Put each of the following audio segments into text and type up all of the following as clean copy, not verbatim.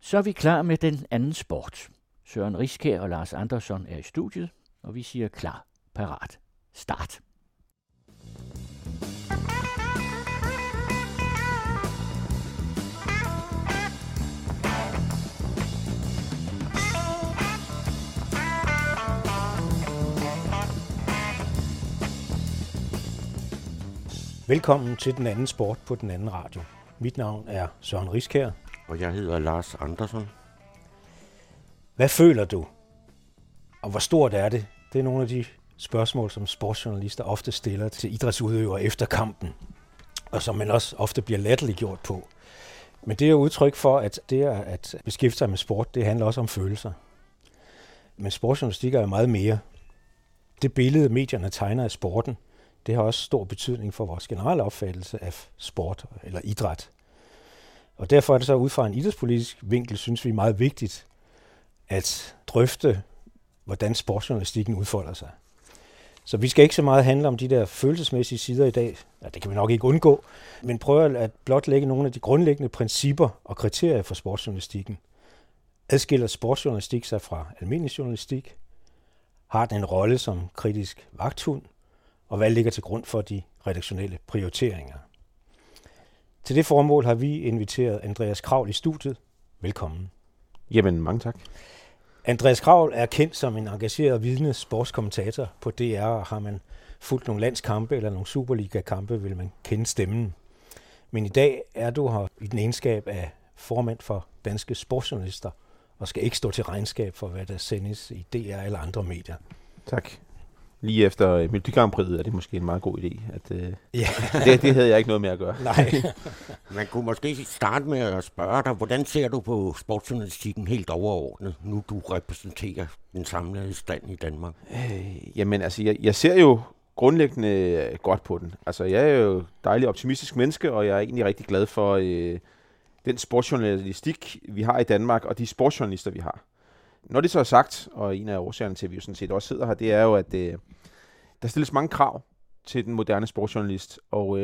Så er vi klar med den anden sport. Søren Riskær og Lars Andersson er i studiet, og vi siger klar, parat, start. Velkommen til den anden sport på den anden radio. Mit navn er Søren Riskær. Og jeg hedder Lars Andersson. Hvad føler du? Og hvor stort er det? Det er nogle af de spørgsmål, som sportsjournalister ofte stiller til idrætsudøvere efter kampen, og som man også ofte bliver latterliggjort på. Men det er jo udtryk for, at det at beskæftige sig med sport, det handler også om følelser. Men sportsjournalistik er jo meget mere. Det billede, medierne tegner af sporten, det har også stor betydning for vores generelle opfattelse af sport eller idræt. Og derfor er det så ud fra en idrætspolitisk vinkel, synes vi er meget vigtigt at drøfte, hvordan sportsjournalistikken udfolder sig. Så vi skal ikke så meget handle om de der følelsesmæssige sider i dag. Ja, det kan vi nok ikke undgå, men prøve at blotlægge nogle af de grundlæggende principper og kriterier for sportsjournalistikken. Adskiller sportsjournalistik sig fra almindelig journalistik? Har den en rolle som kritisk vagthund? Og hvad ligger til grund for de redaktionelle prioriteringer? Til det formål har vi inviteret Andreas Kraul i studiet. Velkommen. Jamen, mange tak. Andreas Kraul er kendt som en engageret vidne sportskommentator på DR, og har man fulgt nogle landskampe eller nogle Superliga-kampe, vil man kende stemmen. Men i dag er du her i den egenskab af formand for Danske Sportsjournalister, og skal ikke stå til regnskab for, hvad der sendes i DR eller andre medier. Tak. Lige efter Melodi Grand Prix er det måske en meget god idé. Ja. Det havde jeg ikke noget med at gøre. Nej. Man kunne måske starte med at spørge dig, hvordan ser du på sportsjournalistikken helt overordnet, nu du repræsenterer den samlede stand i Danmark? Jamen, altså, jeg ser jo grundlæggende godt på den. Altså, jeg er jo dejlig optimistisk menneske, og jeg er egentlig rigtig glad for den sportsjournalistik, vi har i Danmark, og de sportsjournalister, vi har. Når det så er sagt, og en af årsagerne til, at vi jo sådan set også sidder her, det er jo, at der stilles mange krav til den moderne sportsjournalist. Og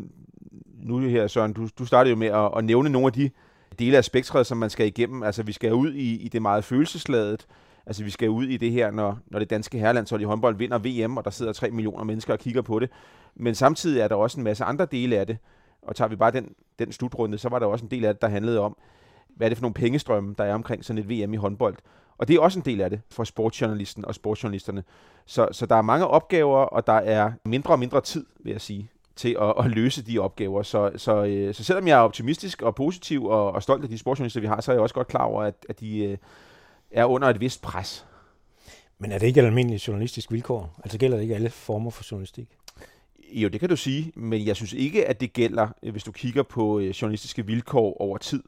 nu her, Søren, du startede jo med at nævne nogle af de dele af spektret, som man skal igennem. Altså, vi skal ud i det meget følelsesladet. Altså, vi skal ud i det her, når det danske herrelandshold i håndbold vinder VM, og der sidder 3 millioner mennesker og kigger på det. Men samtidig er der også en masse andre dele af det. Og tager vi bare den slutrunde, så var der også en del af det, der handlede om, hvad er det for nogle pengestrømme, der er omkring sådan et VM i håndbold. Og det er også en del af det for sportsjournalisten og sportsjournalisterne. Så der er mange opgaver, og der er mindre og mindre tid, vil jeg sige, til at løse de opgaver. Så selvom jeg er optimistisk og positiv og stolt af de sportsjournalister, vi har, så er jeg også godt klar over, at de er under et vist pres. Men er det ikke et almindeligt journalistisk vilkår? Altså gælder det ikke alle former for journalistik? Jo, det kan du sige, men jeg synes ikke, at det gælder, hvis du kigger på journalistiske vilkår over tid.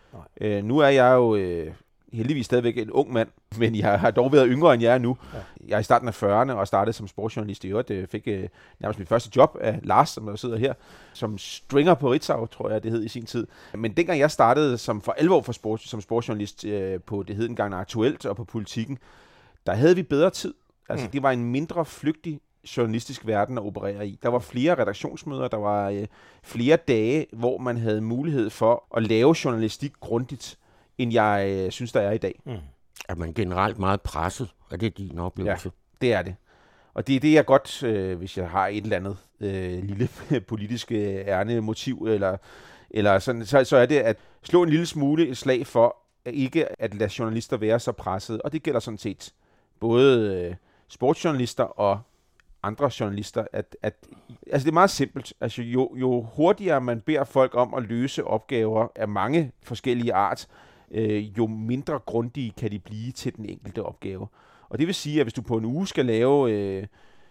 Nu er jeg jo heldigvis stadigvæk en ung mand, men jeg har dog været yngre, end jeg er nu. Ja. Jeg er i starten af 40'erne og startede som sportsjournalist i øvrigt. Jeg fik nærmest mit første job af Lars, som der sidder her, som stringer på Ritzau, tror jeg, det hed i sin tid. Men dengang jeg startede som for alvor som sportsjournalist på, det hed engang Aktuelt og på Politikken, der havde vi bedre tid. Altså, det var en mindre flygtig journalistisk verden at operere i. Der var flere redaktionsmøder, der var flere dage, hvor man havde mulighed for at lave journalistik grundigt, end jeg synes, der er i dag. Er man generelt meget presset? Er det din oplevelse? Ja, det er det. Og det er det, jeg godt, hvis jeg har et eller andet lille politisk ærnemotiv, eller sådan, så er det at slå en lille smule et slag for, ikke at lade journalister være så presset. Og det gælder sådan set både sportsjournalister og andre journalister, altså det er meget simpelt. Altså jo hurtigere man beder folk om at løse opgaver af mange forskellige art, jo mindre grundige kan de blive til den enkelte opgave. Og det vil sige, at hvis du på en uge skal lave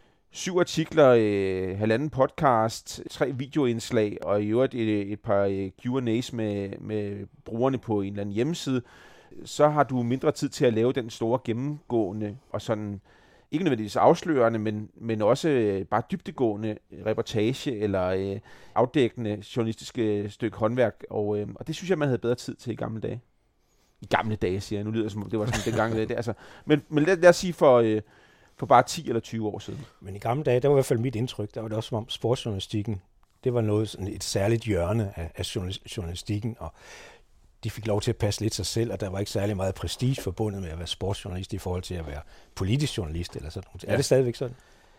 7 artikler, 1,5 podcast, 3 videoindslag og i øvrigt et par Q&A's med brugerne på en eller anden hjemmeside, så har du mindre tid til at lave den store gennemgående og sådan ikke nødvendigvis afslørende, men også bare dybdegående reportage eller afdækkende journalistiske stykke håndværk, og det synes jeg, man havde bedre tid til i gamle dage. I gamle dage, siger jeg. Nu lyder det som om det var sådan dengang. Det, altså. Men lad os sige for bare 10 eller 20 år siden. Men i gamle dage, der var i hvert fald mit indtryk, der var det også som om sportsjournalistikken, det var noget, sådan et særligt hjørne af journalistikken, og de fik lov til at passe lidt sig selv, og der var ikke særlig meget prestige forbundet med at være sportsjournalist i forhold til at være politisk journalist eller sådan noget. Er det stadigvæk sådan?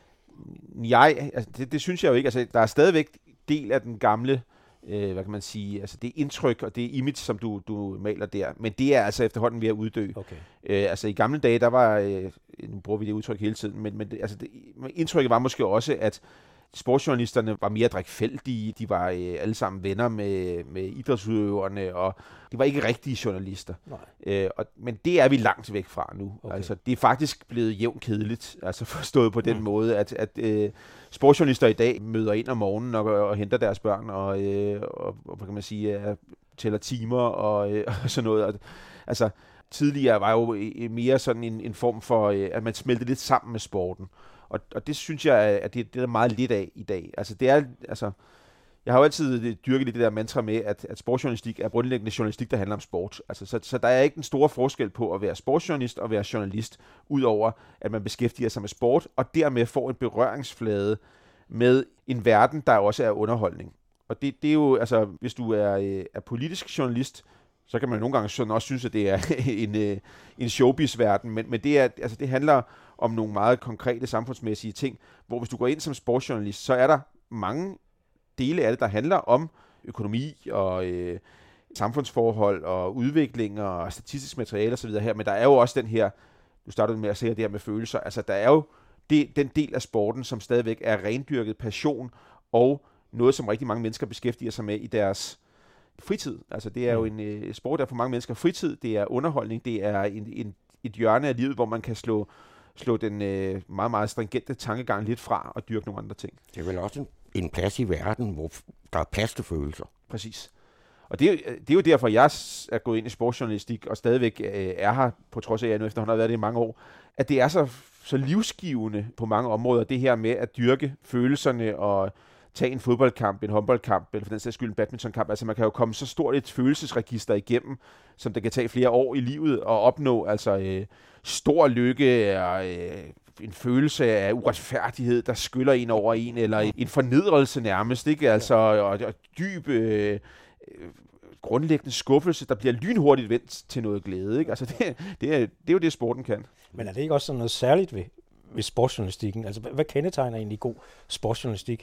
Det synes jeg jo ikke. Altså, der er stadigvæk del af den gamle, hvad kan man sige, altså det indtryk og det image, som du maler der, men det er altså efterhånden ved at uddø. Okay. Altså i gamle dage, der var, nu bruger vi det udtryk hele tiden, men indtrykket var måske også, at sportsjournalisterne var mere drikfældige, de var alle sammen venner med idrætsudøverne, og de var ikke rigtige journalister. Men det er vi langt væk fra nu. Okay. Altså, det er faktisk blevet jævnt kedeligt, altså forstået på den måde, at sportsjournalister i dag møder ind om morgenen og henter deres børn, og hvad kan man sige, tæller timer og sådan noget. Altså, tidligere var jo mere sådan en form for, at man smeltede lidt sammen med sporten. Og det synes jeg, at det er meget lidt af i dag. Altså, jeg har jo altid dyrket lidt det der mantra med, at sportsjournalistik er grundlæggende journalistik, der handler om sport. Altså, så der er ikke en stor forskel på at være sportsjournalist og være journalist, udover at man beskæftiger sig med sport, og dermed får en berøringsflade med en verden, der også er underholdning. Og det er jo, altså, hvis du er politisk journalist, så kan man nogle gange sådan også synes, at det er en showbiz-verden, men det handler om nogle meget konkrete samfundsmæssige ting, hvor hvis du går ind som sportsjournalist, så er der mange dele af det, der handler om økonomi og samfundsforhold og udvikling og statistisk materiale osv. her, men der er jo også den her, du startede med at sige det her med følelser, altså der er jo den del af sporten, som stadigvæk er rendyrket passion og noget, som rigtig mange mennesker beskæftiger sig med i deres fritid. Altså det er jo en sport, der for mange mennesker fritid, det er underholdning, det er et hjørne af livet, hvor man kan slå den meget, meget stringente tankegang lidt fra og dyrke nogle andre ting. Det er vel også en plads i verden, hvor der er plads til følelser. Præcis. Og det er jo derfor, jeg er gået ind i sportsjournalistik og stadigvæk er her, på trods af, at jeg nu efterhånden har været det i mange år, at det er så livsgivende på mange områder, det her med at dyrke følelserne og tage en fodboldkamp, en håndboldkamp, eller for den sags skyld en badmintonkamp. Altså man kan jo komme så stort et følelsesregister igennem, som det kan tage flere år i livet og opnå altså stor lykke og en følelse af uretfærdighed, der skyller en over en, eller en fornedrelse nærmest, ikke? Altså, og dyb grundlæggende skuffelse, der bliver lynhurtigt vendt til noget glæde, ikke? Altså det er jo det, sporten kan. Men er det ikke også sådan noget særligt ved sportsjournalistikken? Altså hvad kendetegner egentlig god sportsjournalistik?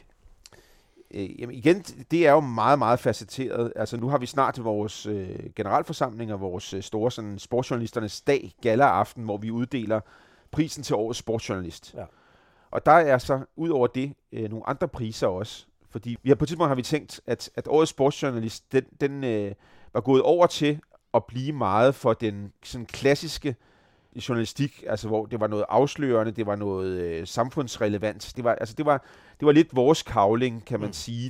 Jamen igen, det er jo meget, meget facetteret. Altså nu har vi snart vores generalforsamling og vores store sådan, sportsjournalisternes dag, gala-aften, hvor vi uddeler prisen til årets sportsjournalist. Ja. Og der er så ud over det nogle andre priser også. Fordi på et tidspunkt har vi tænkt, at årets sportsjournalist, den var gået over til at blive meget for den sådan klassiske journalistik, altså hvor det var noget afslørende, det var noget samfundsrelevant. Det var lidt vores kavling, kan man sige.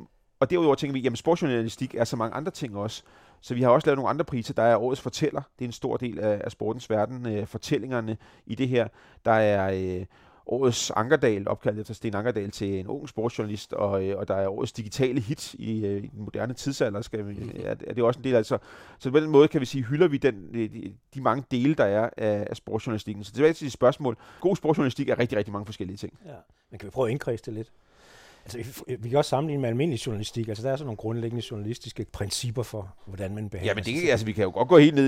Og derudover tænker vi, jamen sportsjournalistik er så mange andre ting også. Så vi har også lavet nogle andre priser. Der er årets fortæller. Det er en stor del af sportens verden. Fortællingerne i det her. Der er årets Ankerdal, opkaldt efter Sten Ankerdal, til en ung sportsjournalist, og der er årets digitale hit i den moderne tidsalder, er det også en del af. Så på den måde kan vi sige, hylder vi de mange dele, der er af sportsjournalistikken. Så tilbage til de spørgsmål. God sportsjournalistik er rigtig, rigtig mange forskellige ting. Ja. Men kan vi prøve at indkredse det lidt? Altså, vi kan også sammenligne med almindelig journalistik. Altså, der er sådan nogle grundlæggende journalistiske principper for, hvordan man behandler. Jamen, altså, vi kan jo godt gå helt ned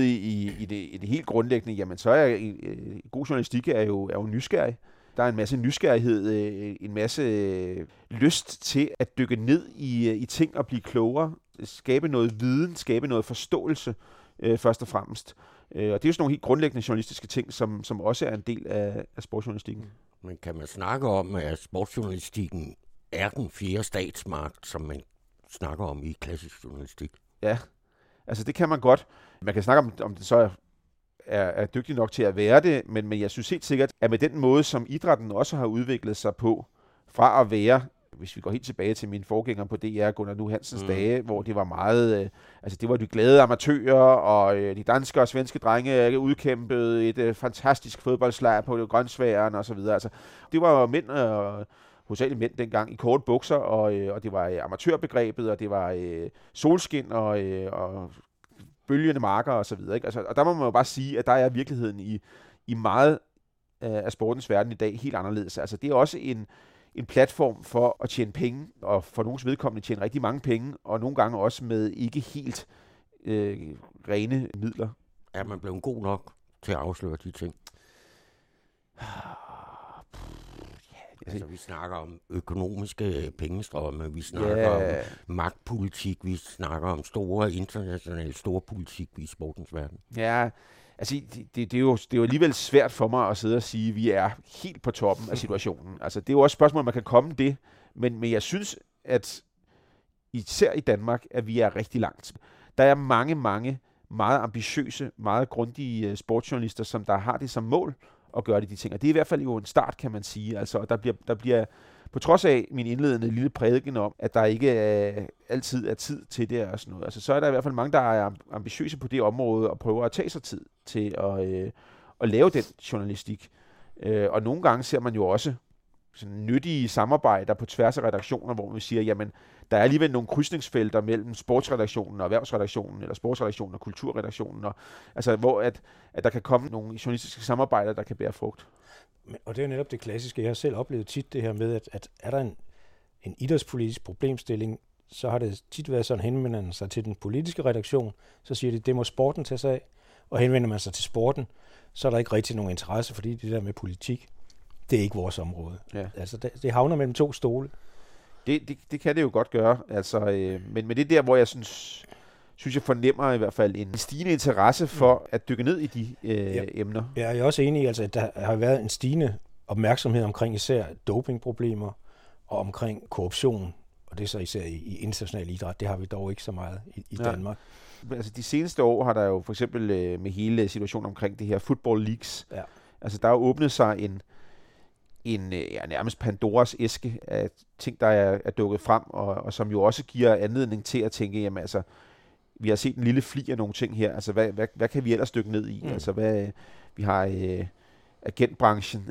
i det helt grundlæggende. Jamen, så er god journalistik er jo nysgerrig. Der er en masse nysgerrighed, en masse lyst til at dykke ned i ting og blive klogere, skabe noget viden, skabe noget forståelse først og fremmest. Og det er jo sådan nogle helt grundlæggende journalistiske ting, som også er en del af sportsjournalistikken. Men kan man snakke om, at sportsjournalistikken er den fjerde statsmagt, som man snakker om i klassisk journalistik? Ja, altså det kan man godt. Man kan snakke om det så er dygtig nok til at være det, men jeg synes helt sikkert, at med den måde, som idrætten også har udviklet sig på, fra at være, hvis vi går helt tilbage til mine forgængere på DR, Gunnar Nu Hansens dage, hvor det var meget, altså det var de glade amatører, og de danske og svenske drenge udkæmpede et fantastisk fodboldslag på Grønsværen og så videre. Altså, det var mænd hovedsageligt mænd dengang i korte bukser, og det var amatørbegrebet, og det var solskin og bølgende marker og så videre. Ikke? Altså, og der må man jo bare sige, at der er virkeligheden i meget af sportens verden i dag helt anderledes. Altså, det er også en platform for at tjene penge, og for nogens vedkommende tjene rigtig mange penge, og nogle gange også med ikke helt rene midler. Er man blevet god nok til at afsløre de ting? Altså, vi snakker om økonomiske pengestrømme, vi snakker om magtpolitik, vi snakker om store internationale storpolitik i sportens verden. Ja, altså det er jo alligevel svært for mig at sidde og sige, at vi er helt på toppen af situationen. Altså det er jo også et spørgsmål, om man kan komme det, men jeg synes, at især i Danmark, at vi er rigtig langt. Der er mange meget ambitiøse, meget grundige sportsjournalister, som der har det som mål at gøre de ting. Og det er i hvert fald jo en start, kan man sige. Altså, der bliver på trods af min indledende lille prædiken om, at der ikke altid er tid til det og sådan noget. Altså, så er der i hvert fald mange, der er ambitiøse på det område og prøver at tage sig tid til at lave den journalistik. Og nogle gange ser man jo også sådan nyttige samarbejder på tværs af redaktioner, hvor man siger, jamen, der er alligevel nogle krydsningsfelter mellem sportsredaktionen og erhvervsredaktionen, eller sportsredaktionen og kulturredaktionen, og, altså, hvor at der kan komme nogle journalistiske samarbejder, der kan bære frugt. Og det er netop det klassiske. Jeg har selv oplevet tit det her med, at er der en idrætspolitisk problemstilling, så har det tit været sådan, henvender sig til den politiske redaktion, så siger de, det må sporten tage sig af, og henvender man sig til sporten, så er der ikke rigtig nogen interesse, fordi det der med politik, det er ikke vores område. Ja. Altså, det havner mellem to stole. Det kan det jo godt gøre, altså, men det er der, hvor jeg synes jeg fornemmer i hvert fald en stigende interesse for at dykke ned i de emner. Ja, jeg er også enig i, altså, at der har været en stigende opmærksomhed omkring især dopingproblemer og omkring korruption, og det er så især i international idræt. Det har vi dog ikke så meget i Danmark. Altså de seneste år har der jo for eksempel med hele situationen omkring det her football leagues, altså der er åbnet sig en nærmest Pandoras æske af ting, der er dukket frem, og som jo også giver anledning til at tænke, jamen altså, vi har set en lille fli af nogle ting her, altså hvad kan vi ellers dykke ned i? Altså vi har agentbranchen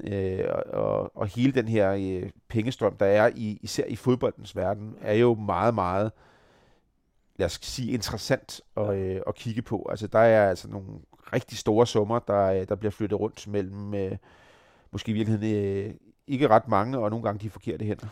og hele den her pengestrøm, der er især i fodboldens verden, er jo meget, meget, lad os sige, interessant at kigge på. Altså der er altså nogle rigtig store summer, der bliver flyttet rundt mellem måske i virkeligheden ikke ret mange, og nogle gange de forkerte hænder.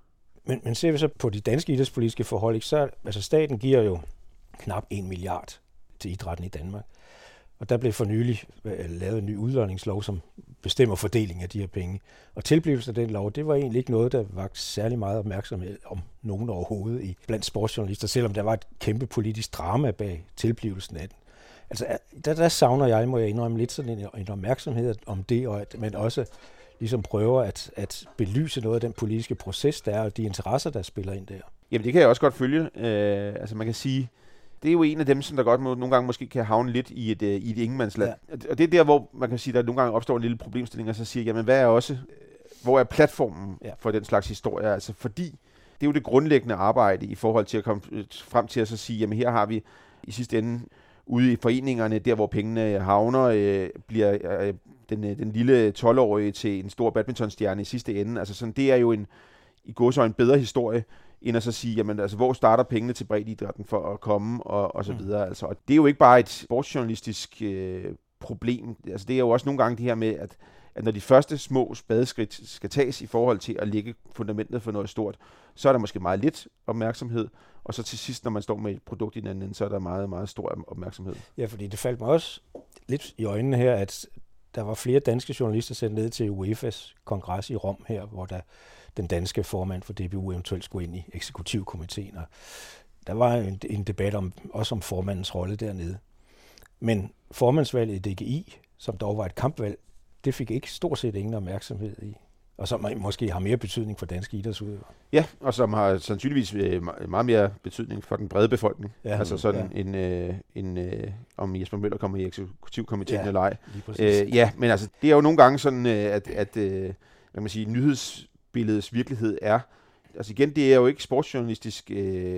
Men ser vi så på de danske idrætspolitiske forhold, ikke, så altså staten giver jo knap 1 milliard til idrætten i Danmark. Og der blev for nylig lavet en ny udlodningslov, som bestemmer fordelingen af de her penge. Og tilblivelsen af den lov, det var egentlig ikke noget, der var særlig meget opmærksomhed om nogen overhovedet blandt sportsjournalister, selvom der var et kæmpe politisk drama bag tilblivelsen af den. Altså, der savner jeg, må jeg indrømme, lidt sådan en opmærksomhed om det, og at man også ligesom prøver at belyse noget af den politiske proces, der er, og de interesser, der spiller ind der. Jamen, det kan jeg også godt følge. Altså, man kan sige, det er jo en af dem, som der godt nogle gange måske kan havne lidt i et ingenmandsland. Ja. Og det er der, hvor man kan sige, der nogle gange opstår en lille problemstilling, og så siger, jamen, hvor er platformen for den slags historier? Altså, fordi det er jo det grundlæggende arbejde i forhold til at komme frem til at så sige, jamen, her har vi i sidste ende ude i foreningerne, der hvor pengene havner, bliver den lille 12-årige til en stor badmintonstjerne i sidste ende. Altså sådan, det er jo i gåseøjne bedre historie, end at så sige, jamen altså, hvor starter pengene til breddeidrætten for at komme, og så videre. Altså, og det er jo ikke bare et sportsjournalistisk problem. Altså, det er jo også nogle gange det her med, at når de første små spadeskridt skal tages i forhold til at lægge fundamentet for noget stort, så er der måske meget lidt opmærksomhed, og så til sidst, når man står med et produkt i den anden, så er der meget, meget stor opmærksomhed. Ja, fordi det faldt mig også lidt i øjnene her, at der var flere danske journalister sendt ned til UEFA's kongres i Rom her, hvor den danske formand for DBU eventuelt skulle ind i eksekutivkomiteen, og der var en debat også om formandens rolle dernede. Men formandsvalget i DGI, som dog var et kampvalg, det fik ikke stort set ingen opmærksomhed i, og som måske har mere betydning for danske idrætsudøvere. Ja, og som har sandsynligvis meget mere betydning for den brede befolkning. Ja, altså sådan om Jesper Møller kommer i eksekutivkomiteen eller ej. Ja, men altså, det er jo nogle gange sådan, at hvad man siger, nyhedsbilledets virkelighed er, altså igen, det er jo ikke sportsjournalistisk,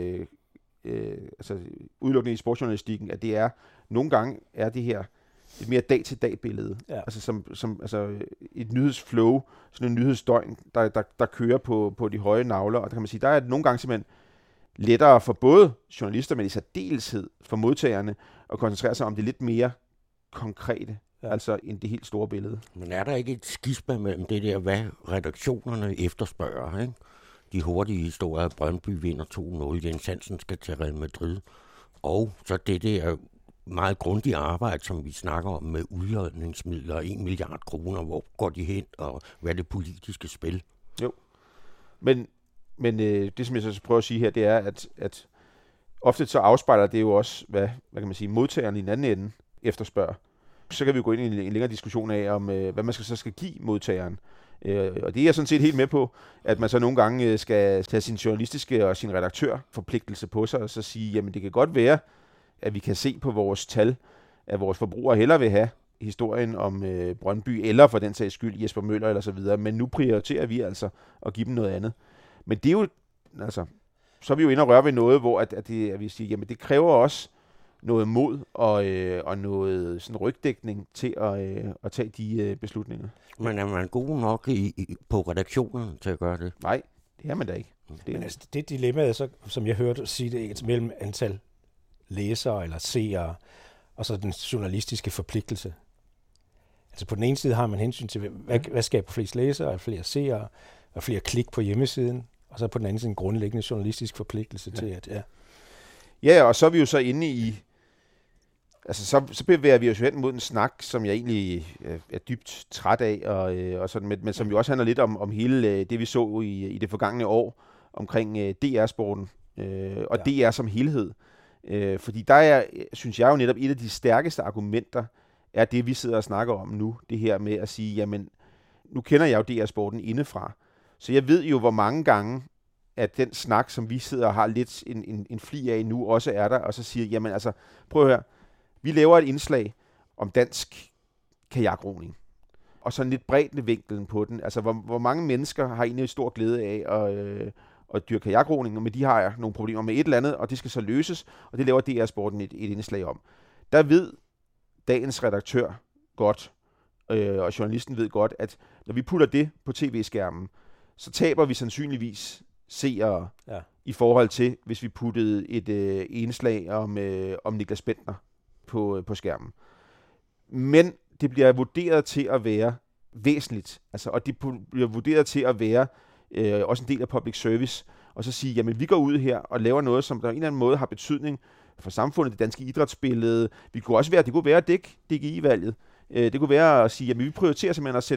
altså udelukkende i sportsjournalistikken, at det er, nogle gange er det her et mere dag-til-dag billede. Ja. Altså som et nyhedsflow, sådan en nyhedsdøgn, der kører på de høje nagler, og der kan man sige, der er det nogle gange simpelthen lettere for både journalister, men i særdeleshed for modtagerne, at koncentrere sig om det lidt mere konkrete, altså end det helt store billede. Men er der ikke et skisma mellem det der, hvad redaktionerne efterspørger, ikke? De hurtige historier, Brøndby vinder 2-0, Jens Hansen skal til Real Madrid, Og så det der meget grundige arbejde, som vi snakker om med udlodningsmidler, 1 milliard kroner, hvor går de hen, og hvad er det politiske spil? Jo, men det, som jeg så prøver at sige her, det er, at ofte så afspejler det jo også, hvad kan man sige, modtageren i den anden ende efterspørger. Så kan vi jo gå ind i en længere diskussion af, om hvad man skal give modtageren. Og det er jeg sådan set helt med på, at man så nogle gange skal tage sin journalistiske og sin redaktørforpligtelse på sig, og så sige, jamen det kan godt være, at vi kan se på vores tal, at vores forbrugere hellere vil have historien om Brøndby, eller for den sags skyld Jesper Møller eller så videre, men nu prioriterer vi altså at give dem noget andet. Men det er jo, altså, så er vi jo inde og røre ved noget, hvor at vi siger, jamen det kræver også noget mod og noget sådan rygdækning til at tage de beslutninger. Men er man god nok på redaktionen til at gøre det? Nej, det er man da ikke. Men altså, det dilemma, så, som jeg hørte sige det, mellem antal læsere eller seere, og så den journalistiske forpligtelse. Altså på den ene side har man hensyn til, hvad skaber flest læsere, flere seere, og flere klik på hjemmesiden, og så på den anden side en grundlæggende journalistisk forpligtelse til, at Ja, og så er vi jo så inde i, altså så bevæger vi os jo hen mod en snak, som jeg egentlig er dybt træt af, og sådan, men som jo også handler lidt om hele det, vi så i det forgangne år, omkring DR-sporten, og DR som helhed. Fordi der er, synes jeg jo netop, et af de stærkeste argumenter, er det, vi sidder og snakker om nu, det her med at sige, jamen, nu kender jeg jo DR-sporten indefra, så jeg ved jo, hvor mange gange, at den snak, som vi sidder og har lidt en fli af nu, også er der, og så siger, jamen altså, prøv at høre, vi laver et indslag om dansk kajakroning, og så lidt bredt vinklen på den. Altså, hvor mange mennesker har egentlig stor glæde af at dyrke kajakroning, men de har nogle problemer med et eller andet, og det skal så løses, og det laver DR-sporten et indslag om. Der ved dagens redaktør godt, og journalisten ved godt, at når vi putter det på tv-skærmen, så taber vi sandsynligvis seere i forhold til, hvis vi puttede et indslag om Niklas Bentner på skærmen. Men det bliver vurderet til at være væsentligt, altså, og det bliver vurderet til at være også en del af public service, og så sige, jamen vi går ud her og laver noget, som der på en eller anden måde har betydning for samfundet, det danske idrætsbillede. Det kunne være at dække DGI-valget. Det kunne være at sige, jamen vi prioriterer simpelthen at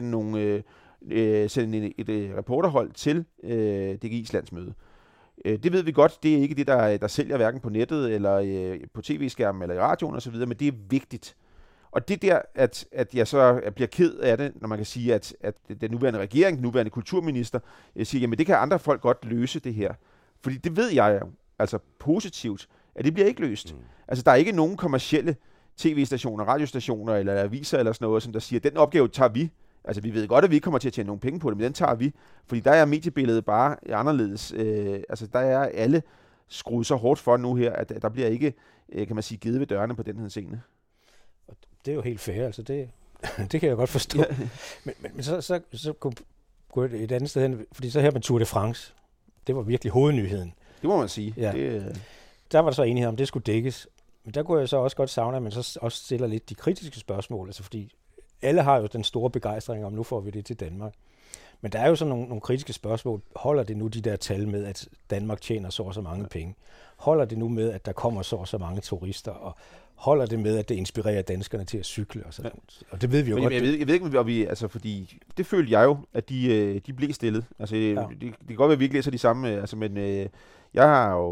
sende et reporterhold til DGI's landsmøde. Det ved vi godt, det er ikke det, der sælger hverken på nettet, eller på tv-skærmen, eller i radioen osv., men det er vigtigt. Og det der, at jeg så bliver ked af det, når man kan sige, at den nuværende regering, den nuværende kulturminister, siger, jamen det kan andre folk godt løse det her. Fordi det ved jeg jo, altså positivt, at det bliver ikke løst. Altså der er ikke nogen kommercielle tv-stationer, radiostationer eller aviser eller sådan noget, som der siger, den opgave tager vi. Altså vi ved godt, at vi ikke kommer til at tjene nogen penge på det, men den tager vi. Fordi der er mediebilledet bare anderledes. Altså der er alle skruet så hårdt for nu her, at der bliver ikke, kan man sige, givet ved dørene på den her scene. Det er jo helt fair, altså det kan jeg godt forstå. Ja. Men så går det et andet sted hen, fordi så her med Tour de France, det var virkelig hovednyheden. Det må man sige. Ja. Der var der så enighed om, det skulle dækkes. Men der kunne jeg så også godt savne, at man så også stiller lidt de kritiske spørgsmål, altså fordi alle har jo den store begejstring om, nu får vi det til Danmark. Men der er jo sådan nogle kritiske spørgsmål. Holder det nu de der tal med, at Danmark tjener så og så mange penge? Holder det nu med, at der kommer så og så mange turister? Og holder det med, at det inspirerer danskerne til at cykle? Og, sådan. Og det ved vi jo godt. Jeg ved ikke, om vi, altså fordi det følte jeg jo, at de blev stillet. Altså det kan godt være, at vi ikke læser de samme, altså men jeg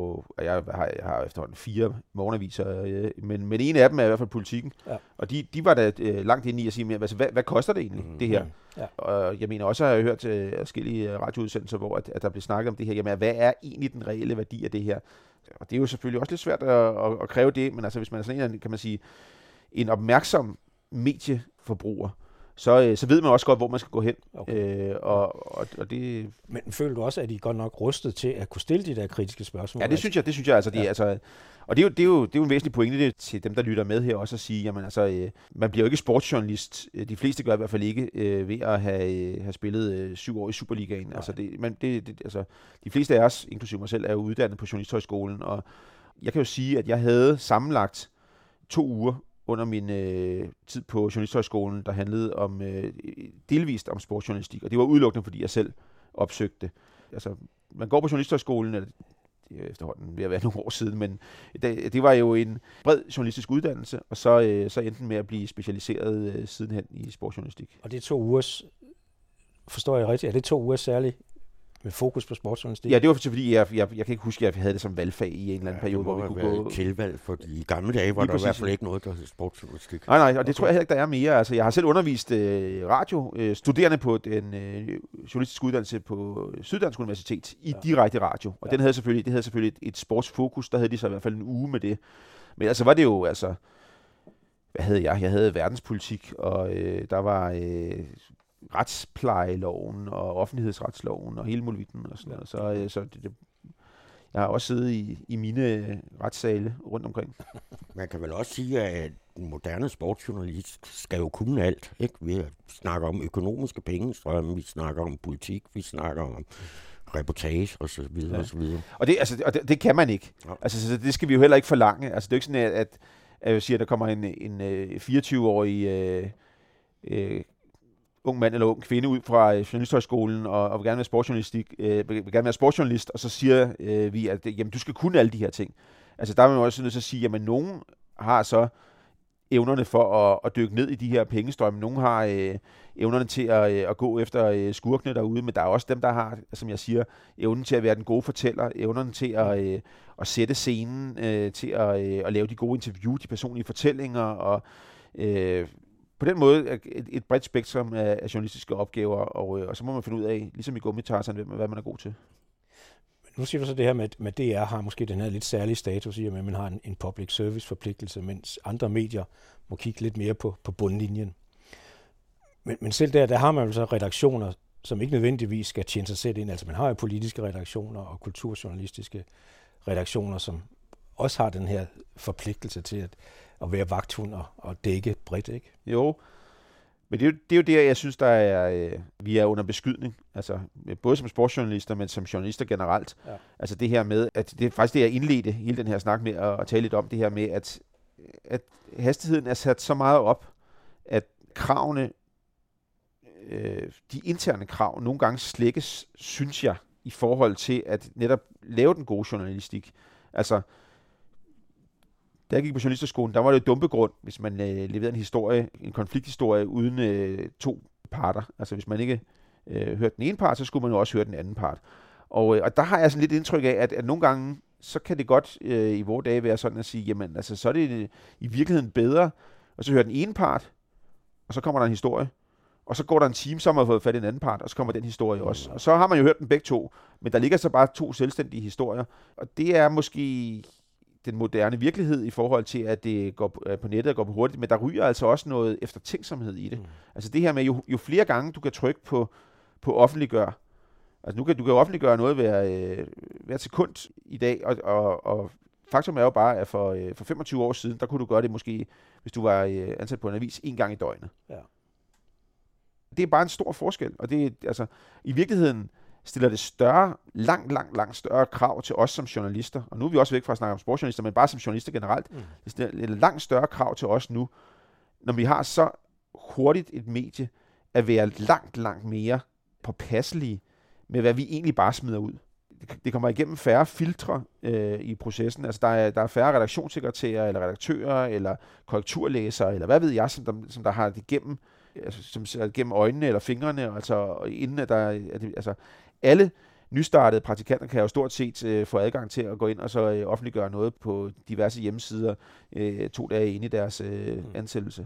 har efterhånden 4 morgenaviser, men en af dem er i hvert fald Politikken. Ja. Og de var da langt inde i at sige, altså, hvad koster det egentlig, det her? Ja. Og jeg mener også, at jeg har hørt forskellige radioudsendelser, hvor at der blev snakket om det her. Jamen, hvad er egentlig den reelle værdi af det her? Og det er jo selvfølgelig også lidt svært at kræve det, men altså, hvis man er sådan en, kan man sige, en opmærksom medieforbruger, så ved man også godt, hvor man skal gå hen. Okay. Og det... Men føler du også, at I er godt nok rustet til at kunne stille de der kritiske spørgsmål? Ja, det synes jeg. Altså, altså, og det er jo en væsentlig pointe til dem, der lytter med her, også at sige, jamen altså, man bliver jo ikke sportsjournalist. De fleste gør i hvert fald ikke ved at have spillet 7 år i Superligaen. Altså, altså, de fleste af os, inklusive mig selv, er jo uddannet på Journalisthøjskolen, og jeg kan jo sige, at jeg havde sammenlagt 2 uger under min tid på Journalisthøjskolen, der handlede om delvist om sportsjournalistik, og det var udelukkende, fordi jeg selv opsøgte det. Altså, man går på Journalisthøjskolen, det er efterhånden ved at være nogle år siden, men det var jo en bred journalistisk uddannelse, og så endte den med at blive specialiseret sidenhen i sportsjournalistik. Og det er 2 ugers, forstår jeg rigtigt, er det 2 uger særligt med fokus på sportsjournalistik? Ja, det var fordi, jeg kan ikke huske, at jeg havde det som valgfag i en eller anden periode, hvor vi kunne gå... tilvalg, for i gamle dage var der i hvert fald ikke noget, der hed sportsjournalistik. Nej, og det tror jeg heller ikke, der er mere. Altså, jeg har selv undervist studerende på den journalistiske uddannelse på Syddansk Universitet i direkte radio, og det havde selvfølgelig et sportsfokus, der havde de så i hvert fald en uge med det. Men altså var det jo, altså... Hvad havde jeg? Jeg havde verdenspolitik, og der var... retsplejeloven og offentlighedsretsloven og hele muligheden og sådan noget. Så jeg har også siddet i mine retssale rundt omkring. Man kan vel også sige, at en moderne sportsjournalist skal jo kunne alt. Ikke? Vi snakker om økonomiske pengestrømme, vi snakker om politik, vi snakker om reportage og så videre og så videre. Og det kan man ikke. Ja. Altså så det skal vi jo heller ikke forlange. Altså det er jo ikke sådan, at jeg siger, at der kommer en 24-årig ung mand eller ung kvinde ud fra journalisthøjskolen og vil gerne være sportsjournalist, og så siger vi, at jamen, du skal kunne alle de her ting. Altså der er man jo også nødt til at sige, at nogen har så evnerne for at dykke ned i de her pengestrømme. Nogen har evnerne til at gå efter skurkene derude, men der er også dem, der har, som jeg siger, evnen til at være den gode fortæller, evnerne til at sætte scenen, til at lave de gode interview, de personlige fortællinger, og på den måde et bredt spektrum af journalistiske opgaver, og så må man finde ud af, ligesom i Gummitarsen, hvad man er god til. Nu siger du så det her med DR har måske den her lidt særlige status i, at man har en public service forpligtelse, mens andre medier må kigge lidt mere på bundlinjen. Men selv der har man jo så redaktioner, som ikke nødvendigvis skal tjene sig selv ind. Altså man har jo politiske redaktioner og kulturjournalistiske redaktioner, som også har den her forpligtelse til at være vagthund og dække bredt, ikke? Jo, men det er jo der, jeg synes, vi er under beskydning. Altså, både som sportsjournalister, men som journalister generelt. Ja. Altså det her med, at det er faktisk det, jeg indledte hele den her snak med at tale lidt om, det her med, at hastigheden er sat så meget op, at kravene, de interne krav, nogle gange slækkes, synes jeg, i forhold til at netop lave den gode journalistik. Altså, da jeg gik på journalisterskolen, der var det jo dumpegrund, hvis man leverede en konflikthistorie uden 2 parter. Altså hvis man ikke hørte den ene part, så skulle man jo også høre den anden part. Og der har jeg sådan lidt indtryk af, at nogle gange, så kan det godt i vores dage være sådan at sige, jamen altså så er det i virkeligheden bedre, og så hører den ene part, og så kommer der en historie, og så går der en time, så har man fået fat i en anden part, og så kommer den historie også. Og så har man jo hørt dem begge to, men der ligger så bare 2 selvstændige historier, og det er måske den moderne virkelighed i forhold til, at det går på nettet og går på hurtigt, men der ryger altså også noget eftertænksomhed i det. Altså det her med, jo flere gange du kan trykke på offentliggør, altså du kan offentliggøre noget hver sekund i dag, og faktum er jo bare, at for 25 år siden, der kunne du gøre det måske, hvis du var ansat på en avis 1 gang i døgnet. Ja. Det er bare en stor forskel, og det er altså i virkeligheden stiller det langt større krav til os som journalister. Og nu er vi også væk fra at snakke om sportsjournalister, men bare som journalister generelt. Det stiller et langt større krav til os nu, når vi har så hurtigt et medie, at være langt mere påpasselige med, hvad vi egentlig bare smider ud. Det kommer igennem færre filtre i processen. Altså der er færre redaktionssekretærer, eller redaktører, eller korrekturlæsere, eller hvad ved jeg, som der har det igennem, altså, som ser gennem øjnene eller fingrene, altså inden at altså alle nystartede praktikanter kan jo stort set få adgang til at gå ind og så offentliggøre noget på diverse hjemmesider 2 dage inde i deres ansættelse.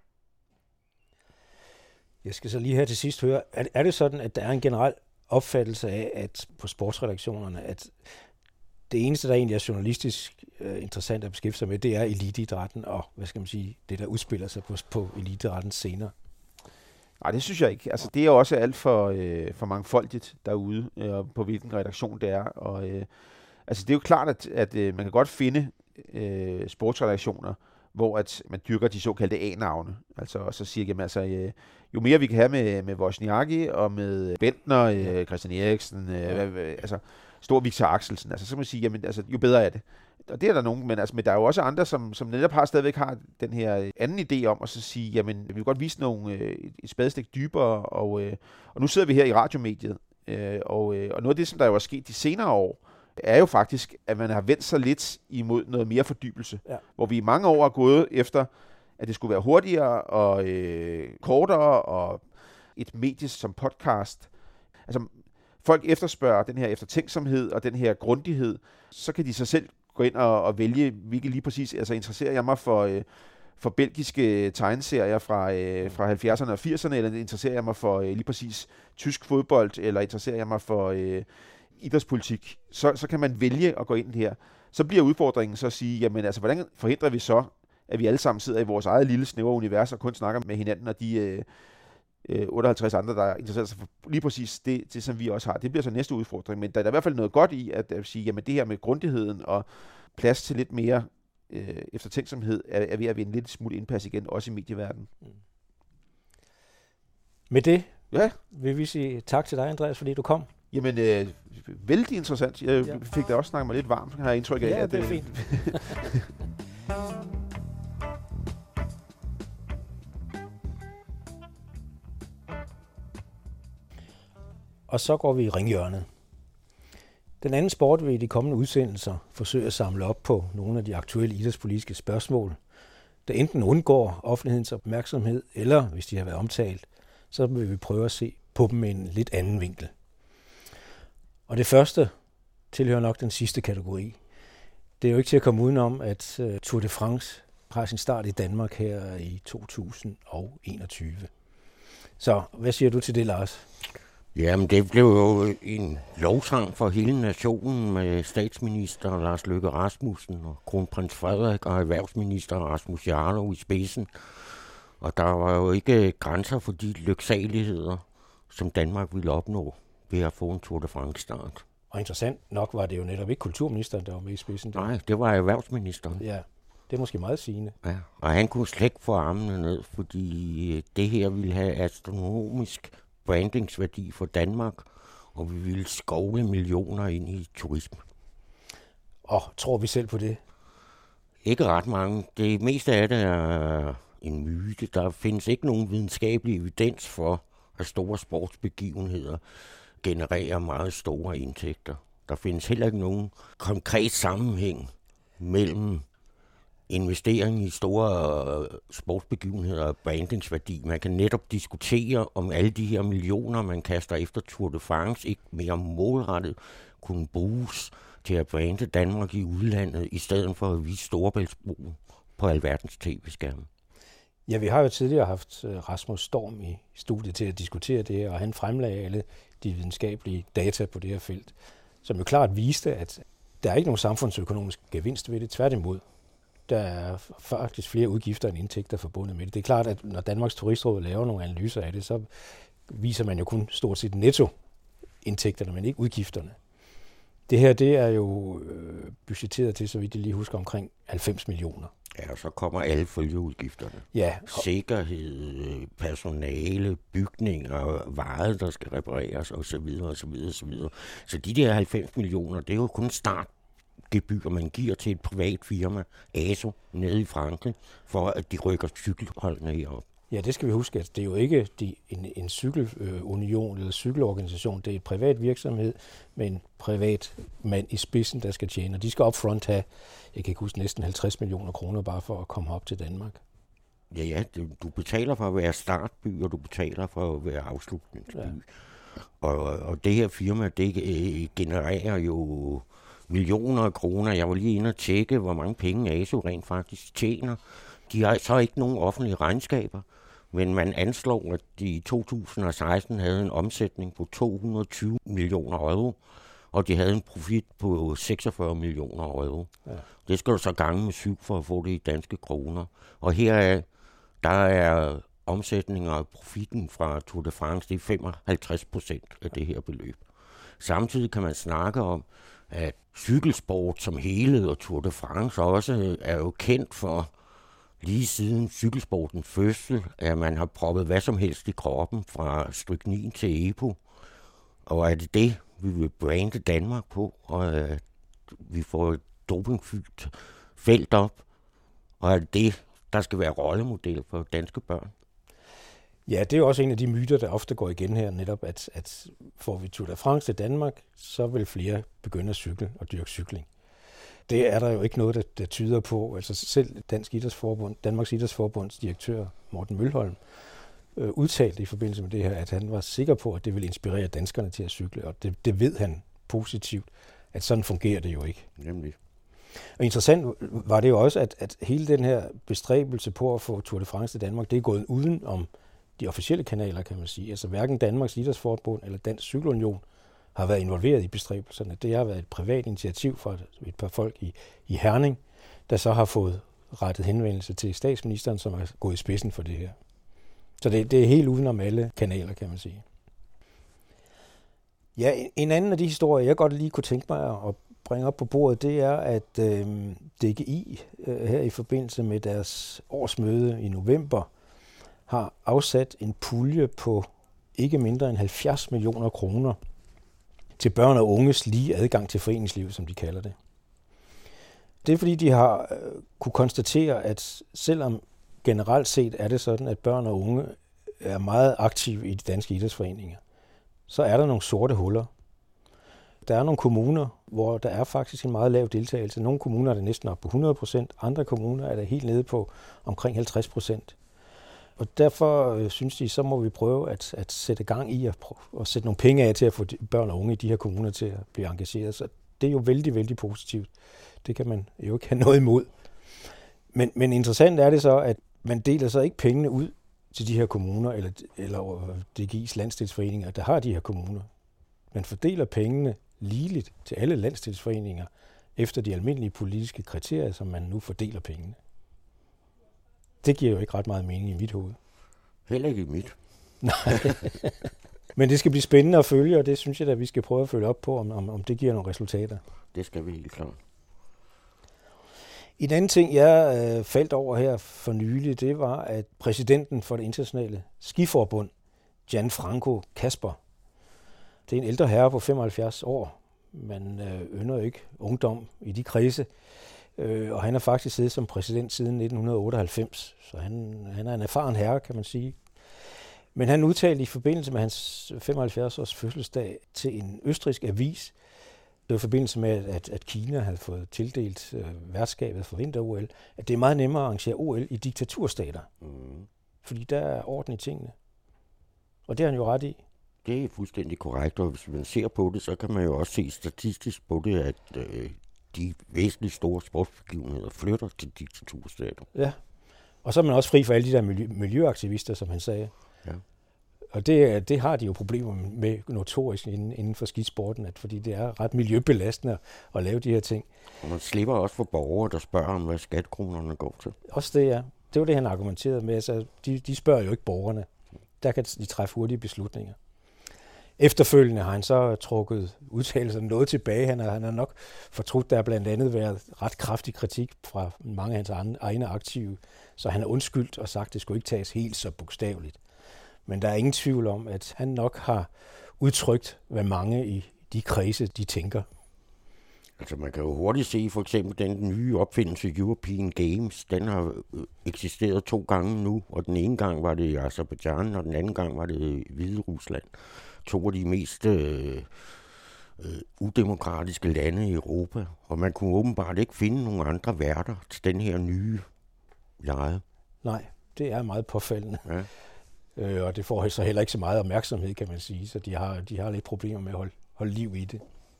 Jeg skal så lige her til sidst høre, er det sådan, at der er en generel opfattelse af, at på sportsredaktionerne, at det eneste, der egentlig er journalistisk interessant at beskæftige sig med, det er eliteidrætten og, hvad skal man sige, det, der udspiller sig på eliteidrættens scener? Nej, det synes jeg ikke. Altså, det er jo også alt for mangfoldigt derude, på hvilken redaktion det er. Og, altså, det er jo klart, at man kan godt finde sportsredaktioner, hvor at man dyrker de såkaldte A-navne. Altså, og så siger jeg, jo mere vi kan have med Wozniacki og med Bentner, Christian Eriksen, altså stor Victor Axelsen, altså, så kan man sige, jamen, altså, jo bedre er det. Og det er der nogen, men der er jo også andre, som netop stadigvæk har den her anden idé om at så sige, jamen, vi vil godt vise et spadestik dybere, og nu sidder vi her i radiomediet, og noget af det, som der jo er sket de senere år, er jo faktisk, at man har vendt sig lidt imod noget mere fordybelse. Ja. Hvor vi i mange år er gået efter, at det skulle være hurtigere og kortere, og et medie som podcast. Altså, folk efterspørger den her eftertænksomhed og den her grundighed, så kan de sig selv gå ind og vælge, hvilket lige præcis, altså interesserer jeg mig for belgiske tegneserier fra 70'erne og 80'erne, eller interesserer jeg mig for lige præcis tysk fodbold, eller interesserer jeg mig for idrætspolitik, så kan man vælge at gå ind her. Så bliver udfordringen så at sige, jamen altså, hvordan forhindrer vi så, at vi alle sammen sidder i vores eget lille snævre univers og kun snakker med hinanden, og de 58 andre, der interesserer sig for lige præcis det, som vi også har. Det bliver så næste udfordring, men der er i hvert fald noget godt i at sige, jamen det her med grundigheden og plads til lidt mere eftertænksomhed er ved at vinde lidt smule indpas igen, også i medieverdenen. Med det vil vi sige tak til dig, Andreas, fordi du kom. Jamen, vældig interessant. Jeg fik da også snakket mig lidt varmt, har jeg indtryk af. Ja, det er fint. Og så går vi i ringhjørnet. Den anden sport vil i de kommende udsendelser forsøge at samle op på nogle af de aktuelle idrætspolitiske spørgsmål, der enten undgår offentlighedens opmærksomhed, eller hvis de har været omtalt, så vil vi prøve at se på dem med en lidt anden vinkel. Og det første tilhører nok den sidste kategori. Det er jo ikke til at komme udenom, at Tour de France har sin start i Danmark her i 2021. Så hvad siger du til det, Lars? Jamen, det blev jo en lovsang for hele nationen med statsminister Lars Løkke Rasmussen og kronprins Frederik og erhvervsminister Rasmus Jarlov i spidsen. Og der var jo ikke grænser for de lyksaligheder, som Danmark ville opnå ved at få en Tour de France-start. Og interessant nok var det jo netop ikke kulturministeren, der var med i spidsen. Der. Nej, det var erhvervsministeren. Ja, det er måske meget sigende. Ja, og han kunne slet ikke få armene ned, fordi det her ville have astronomisk brandingsværdi for Danmark, og vi ville skovle millioner ind i turisme. Og tror vi selv på det? Ikke ret mange. Det meste af det er en myte. Der findes ikke nogen videnskabelig evidens for, at store sportsbegivenheder genererer meget store indtægter. Der findes heller ikke nogen konkret sammenhæng mellem investering i store sportsbegivenheder og brandingsværdi. Man kan netop diskutere, om alle de her millioner, man kaster efter Tour de France, ikke mere målrettet kunne bruges til at brande Danmark i udlandet, i stedet for at vise Storebæltsbroen på alverdens tv-skærme. Ja, vi har jo tidligere haft Rasmus Storm i studiet til at diskutere det her, og han fremlagde alle de videnskabelige data på det her felt, som jo klart viste, at der er ikke nogen samfundsøkonomisk gevinst ved det. Tværtimod, der er faktisk flere udgifter end indtægter forbundet med det. Det er klart, at når Danmarks Turistråd laver nogle analyser af det, så viser man jo kun stort set nettoindtægterne, men ikke udgifterne. Det her, det er jo budgetteret til, så vidt jeg lige husker, omkring 90 millioner. Ja, og så kommer alle følgeudgifterne. Ja. Sikkerhed, personale, bygninger, varer, der skal repareres osv. osv. Så de der 90 millioner, det er jo kun startgebyr, man giver til et privat firma, ASO, nede i Frankrig, for at de rykker cykelholdene herop. Ja, det skal vi huske, at det er jo ikke en cykelunion eller cykelorganisation. Det er et privat virksomhed med en privat mand i spidsen, der skal tjene. Og de skal upfront have, jeg kan ikke huske, næsten 50 millioner kroner bare for at komme op til Danmark. Ja, du betaler for at være startby, og du betaler for at være afslutningsby. Ja. Og det her firma, det genererer jo millioner af kroner. Jeg var lige inde og tjekke, hvor mange penge ASO rent faktisk tjener. De har så ikke nogen offentlige regnskaber, men man anslår, at de i 2016 havde en omsætning på 220 millioner euro, og de havde en profit på 46 millioner euro. Ja. Det skal du så gange med 7 for at få det i danske kroner. Og her der er omsætningen og profitten fra Tour de France, det er 55% af det her beløb. Samtidig kan man snakke om, at cykelsport som helhed og Tour de France også er jo kendt for, lige siden cykelsportens fødsel, at man har proppet hvad som helst i kroppen, fra stryknin til EPO. Og er det, vi vil brande Danmark på, og at vi får et dopingfyldt felt op, og er det, der skal være rollemodel for danske børn? Ja, det er jo også en af de myter, der ofte går igen her, netop at får vi Tour de France til Danmark, så vil flere begynde at cykle og dyrke cykling. Det er der jo ikke noget, der tyder på. Altså selv Danmarks Idrætsforbunds direktør, Morten Mølholm, udtalte i forbindelse med det her, at han var sikker på, at det ville inspirere danskerne til at cykle, og det ved han positivt, at sådan fungerer det jo ikke. Nemlig. Og interessant var det jo også, at hele den her bestræbelse på at få Tour de France til Danmark, det er gået uden om de officielle kanaler, kan man sige. Altså hverken Danmarks Idrætsforbund eller Dansk Cykelunion har været involveret i bestræbelserne. Det har været et privat initiativ fra et par folk i Herning, der så har fået rettet henvendelse til statsministeren, som er gået i spidsen for det her. Så det er helt uden om alle kanaler, kan man sige. Ja, en anden af de historier, jeg godt lige kunne tænke mig at bringe op på bordet, det er, at DGI her i forbindelse med deres årsmøde i november har afsat en pulje på ikke mindre end 70 millioner kroner til børn og unges lige adgang til foreningslivet, som de kalder det. Det er fordi, de har kunne konstatere, at selvom generelt set er det sådan, at børn og unge er meget aktive i de danske idrætsforeninger, så er der nogle sorte huller. Der er nogle kommuner, hvor der er faktisk en meget lav deltagelse. Nogle kommuner er det næsten op på 100%, andre kommuner er det helt nede på omkring 50%. Og derfor synes de, så må vi prøve at sætte gang i at sætte nogle penge af til at få børn og unge i de her kommuner til at blive engageret. Så det er jo vældig, vældig positivt. Det kan man jo ikke have noget imod. Men interessant er det så, at man deler så ikke pengene ud til de her kommuner, eller DGI's landsdelsforeninger, der har de her kommuner. Man fordeler pengene ligeligt til alle landsdelsforeninger, efter de almindelige politiske kriterier, som man nu fordeler pengene. Det giver jo ikke ret meget mening i mit hoved. Heller ikke i mit. Nej. Men det skal blive spændende at følge, og det synes jeg, at vi skal prøve at følge op på, om det giver nogle resultater. Det skal vi helt klart. En anden ting, jeg faldt over her for nylig, det var, at præsidenten for det internationale skiforbund, Gianfranco Casper, det er en ældre herre på 75 år. Man ynder ikke ungdom i de kredse, og han har faktisk siddet som præsident siden 1998, så han er en erfaren herre, kan man sige. Men han udtalte i forbindelse med hans 75-års fødselsdag til en østrigsk avis, det var i forbindelse med, at Kina havde fået tildelt værtskabet for vinter-OL, at det er meget nemmere at arrangere OL i diktaturstater. Fordi der er orden i tingene. Og det har han jo ret i. Det er fuldstændig korrekt, og hvis man ser på det, så kan man jo også se statistisk på det, at de væsentligt store sportsbegivenheder flytter til diktaturstater. Ja, og så er man også fri for alle de der miljøaktivister, som han sagde. Ja. Og det har de jo problemer med notorisk inden for skisporten, fordi det er ret miljøbelastende at lave de her ting. Og man slipper også for borgere, der spørger om, hvad skattekronerne går til. Også det, ja. Det var det, han argumenterede med. Altså, de spørger jo ikke borgerne. Der kan de træffe hurtige beslutninger. Efterfølgende har han så trukket udtalelserne noget tilbage. Han har nok fortrudt, der blandt andet været ret kraftig kritik fra mange af hans egne aktive, så han har undskyldt og sagt, at det skulle ikke tages helt så bogstaveligt. Men der er ingen tvivl om, at han nok har udtrykt, hvad mange i de kredse, de tænker. Altså man kan jo hurtigt se, for eksempel den nye opfindelse European Games, den har eksisteret 2 gange nu, og den ene gang var det i Aserbajdsjan, og den anden gang var det i Hvide Rusland. 2 af de mest udemokratiske lande i Europa, og man kunne åbenbart ikke finde nogle andre værter til den her nye lege. Nej, det er meget påfaldende. Ja. Og det får så heller ikke så meget opmærksomhed, kan man sige, så de har lidt problemer med at holde liv i det.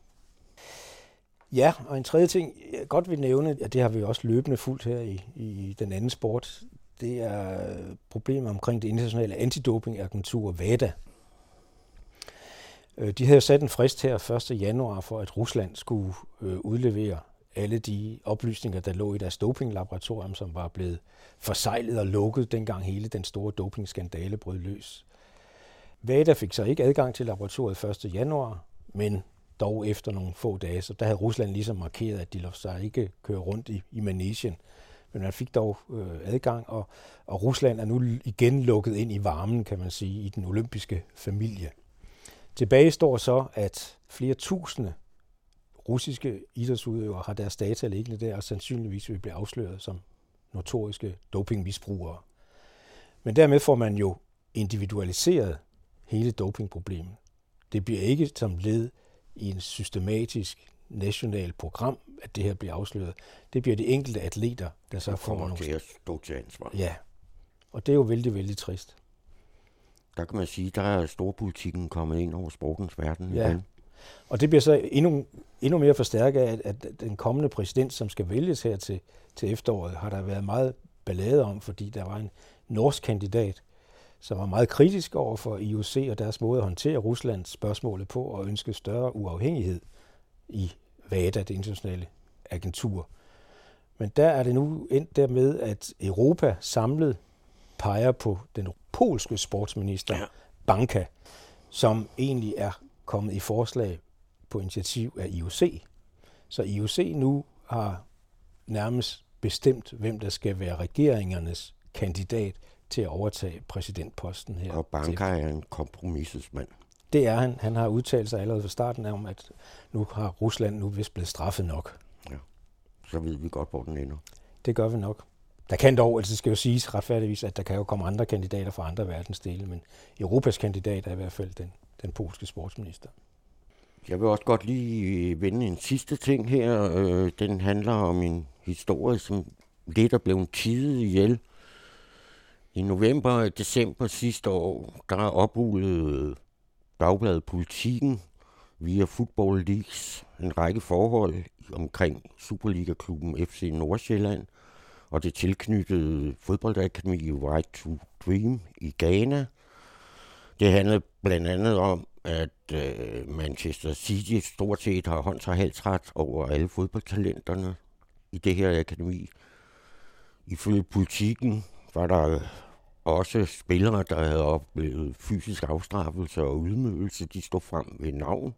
Ja, og en tredje ting, jeg godt vil nævne, at det har vi også løbende fulgt her i den anden sport, det er problemer omkring det internationale antidopingagentur WADA. De havde sat en frist her 1. januar for, at Rusland skulle udlevere alle de oplysninger, der lå i deres dopinglaboratorium, som var blevet forsejlet og lukket, dengang hele den store dopingskandale brød løs. WADA fik så ikke adgang til laboratoriet 1. januar, men dog efter nogle få dage, så der havde Rusland ligesom markeret, at de lod sig ikke køre rundt i manesien. Men man fik dog adgang, og Rusland er nu igen lukket ind i varmen, kan man sige, i den olympiske familie. Tilbage står så, at flere tusinde russiske idrætsudøvere har deres data liggende der, og sandsynligvis vil blive afsløret som notoriske dopingmisbrugere. Men dermed får man jo individualiseret hele dopingproblemet. Det bliver ikke som led i en systematisk national program, at det her bliver afsløret. Det bliver de enkelte atleter, der så kommer til at stå til ansvar. Ja, og det er jo vældig, vældig trist. Der kan man sige, der er storpolitikken kommet ind over sportens verden. Ja, igen. og det bliver så endnu mere forstærket af, at den kommende præsident, som skal vælges her til efteråret, har der været meget ballade om, fordi der var en norsk kandidat, som var meget kritisk over for IOC og deres måde at håndtere Ruslands spørgsmålet på og ønske større uafhængighed i WADA, det internationale agentur. Men der er det nu endt dermed, at Europa samlet peger på den polske sportsminister, Banka, som egentlig er kommet i forslag på initiativ af IOC. Så IOC nu har nærmest bestemt, hvem der skal være regeringernes kandidat til at overtage præsidentposten her. Og Banka er en kompromisesmand. Det er han. Han har udtalt sig allerede fra starten om, at nu har Rusland nu vist blevet straffet nok. Ja, så ved vi godt, hvor den ender. Det gør vi nok. Der kan dog, altså det skal jo siges retfærdigvis, at der kan jo komme andre kandidater fra andre verdensdele, men Europas kandidat er i hvert fald den polske sportsminister. Jeg vil også godt lige vende en sidste ting her. Den handler om en historie, som lidt er blevet tidet ihjel. I november og december sidste år, der oprulede Dagbladet Politikken via Football Leagues en række forhold omkring Superliga-klubben FC Nordsjælland og det tilknyttede fodboldakademi Right to Dream i Ghana. Det handlede blandt andet om, at Manchester City stort set har hånds- og halsret over alle fodboldtalenterne i det her akademi. Ifølge Politikken var der også spillere, der havde oplevet fysisk afstraffelse og ydmygelse. De stod frem ved navn.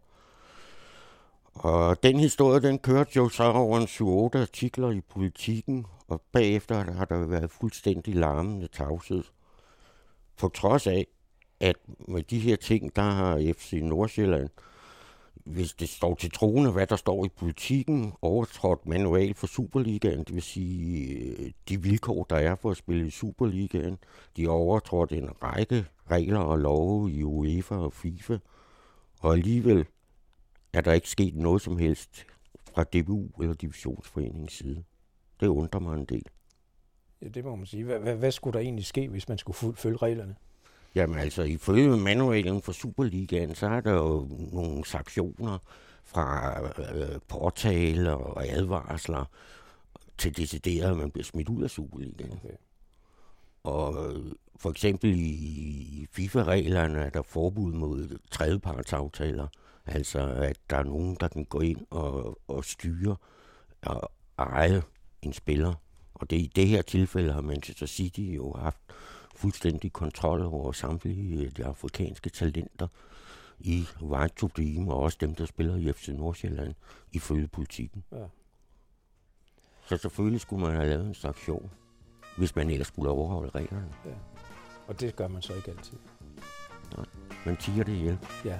Og den historie, den kørte jo så over en 7-8 artikler i Politikken, og bagefter har der været fuldstændig larmende tavshed. På trods af, at med de her ting, der har FC Nordsjælland, hvis det står til troende, hvad der står i Politikken, overtrådt manual for Superligaen, det vil sige de vilkår, der er for at spille i Superligaen. De har overtrådt en række regler og love i UEFA og FIFA, og alligevel er der ikke sket noget som helst fra DBU eller Divisionsforeningens side. Det undrer mig en del. Ja, det må man sige. Hvad skulle der egentlig ske, hvis man skulle følge reglerne? Jamen altså, ifølge manualen for Superligaen, så er der jo nogle sanktioner fra påtale og advarsler til decideret, at man bliver smidt ud af Superligaen. Okay. Og for eksempel i FIFA-reglerne er der forbud mod tredjepartsaftaler. Altså, at der er nogen, der kan gå ind og styre og eje en spiller. Og det i det her tilfælde har Manchester City jo haft fuldstændig kontrol over samtlige de afrikanske talenter i Right to Dream, og også dem, der spiller i FC Nordsjælland, ifølge Politikken. Ja. Så selvfølgelig skulle man have lavet en sanktion, hvis man ellers skulle overholde reglerne. Ja. Og det gør man så ikke altid. Nej, man tiger det ihjel. Ja.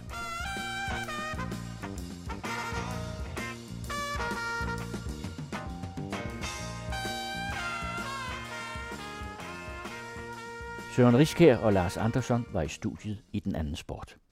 Søren Riskær og Lars Andersson var i studiet i Den Anden Sport.